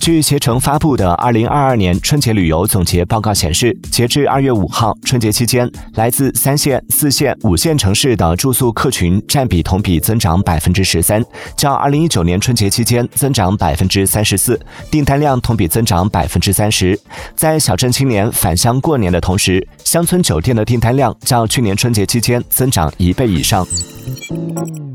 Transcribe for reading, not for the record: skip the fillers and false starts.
据携程发布的2022年春节旅游总结报告显示，截至2月5号，春节期间，来自3线、4线、5线城市的住宿客群占比同比增长13%，较2019年春节期间增长34%，订单量同比增长30%。在小镇青年返乡过年的同时，乡村酒店的订单量较去年春节期间增长1倍以上。